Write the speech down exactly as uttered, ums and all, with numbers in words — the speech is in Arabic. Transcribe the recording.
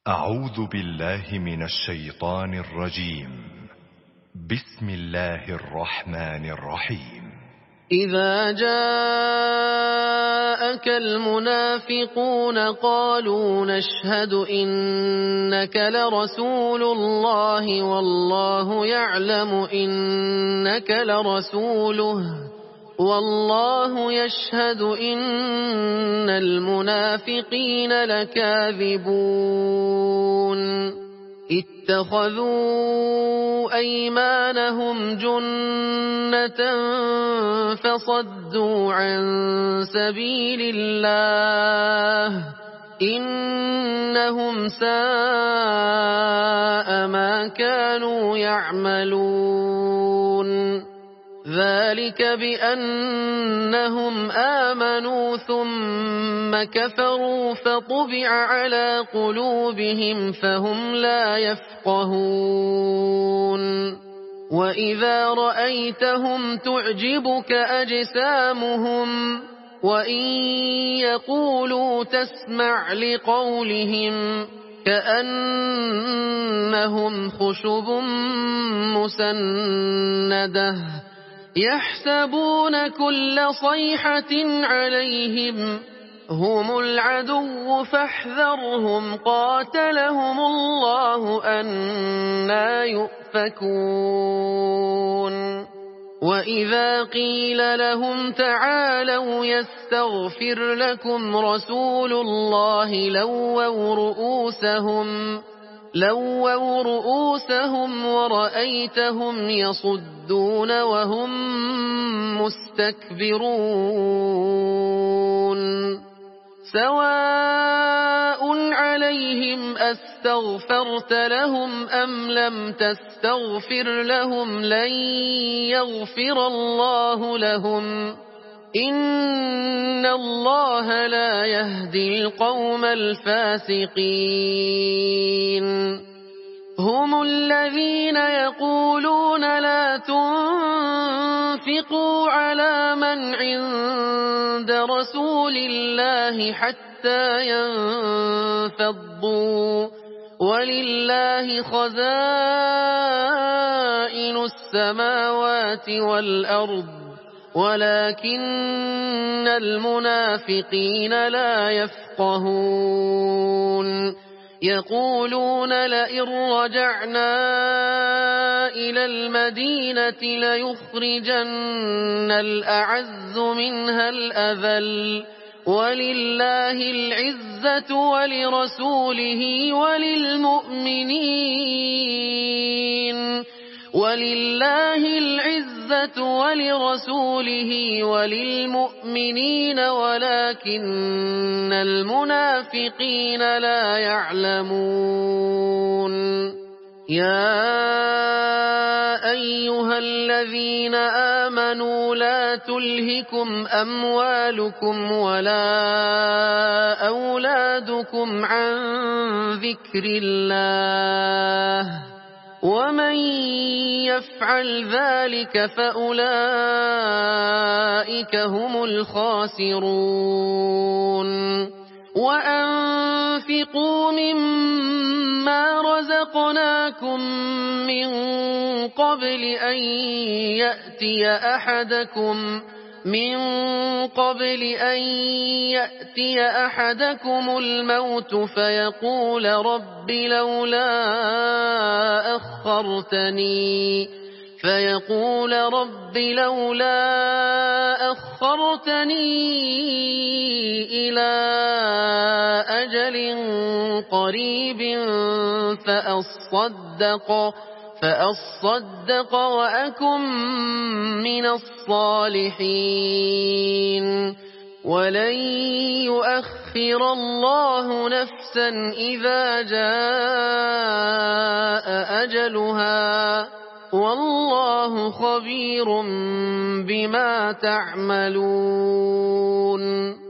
أعوذ بالله من الشيطان الرجيم. بسم الله الرحمن الرحيم. إذا جاءك المنافقون قالوا نشهد إنك لرسول الله والله يعلم إنك لرسوله والله يشهد إن المنافقين لكاذبون اتخذوا أيمانهم جنة فصدوا عن سبيل الله إنهم ساء ما كانوا يعملون ذلك بأنهم آمنوا ثم كفروا فطبع على قلوبهم فهم لا يفقهون وإذا رأيتهم تعجبك أجسامهم وإن يقولوا تسمع لقولهم كأنهم خشب مسندة يحسبون كل صيحة عليهم هم العدو فاحذرهم قاتلهم الله أنى يؤفكون وإذا قيل لهم تعالوا يستغفر لكم رسول الله لووا رؤوسهم لووا رؤوسهم ورأيتهم يصدون وهم مستكبرون سواء عليهم أستغفرت لهم أم لم تستغفر لهم لن يغفر الله لهم إن الله لا يهدي القوم الفاسقين هم الذين يقولون لا تنفقوا على من عند رسول الله حتى ينفضوا ولله خزائن السماوات والأرض ولكن المنافقين لا يفقهون يقولون لئن رجعنا إلى المدينة ليخرجن الأعز منها الأذل ولله العزة ولرسوله وللمؤمنين ولله العزة ولرسوله وللمؤمنين ولكن المنافقين لا يعلمون يا أيها الذين آمنوا لا تلهكم أموالكم ولا أولادكم عن ذكر الله ومن يفعل ذلك فأولئك هم الخاسرون وأنفقوا مما رزقناكم من قبل أن يأتي أحدكم من قبل أن يأتي أحدكم الموت فيقول رب لولا أخرتني فيقول رب لولا أخرتني إلى أجل قريب فأصدق فأصدق وأكن من الصالحين ولن يؤخر الله نفسا إذا جاء أجلها والله خبير بما تعملون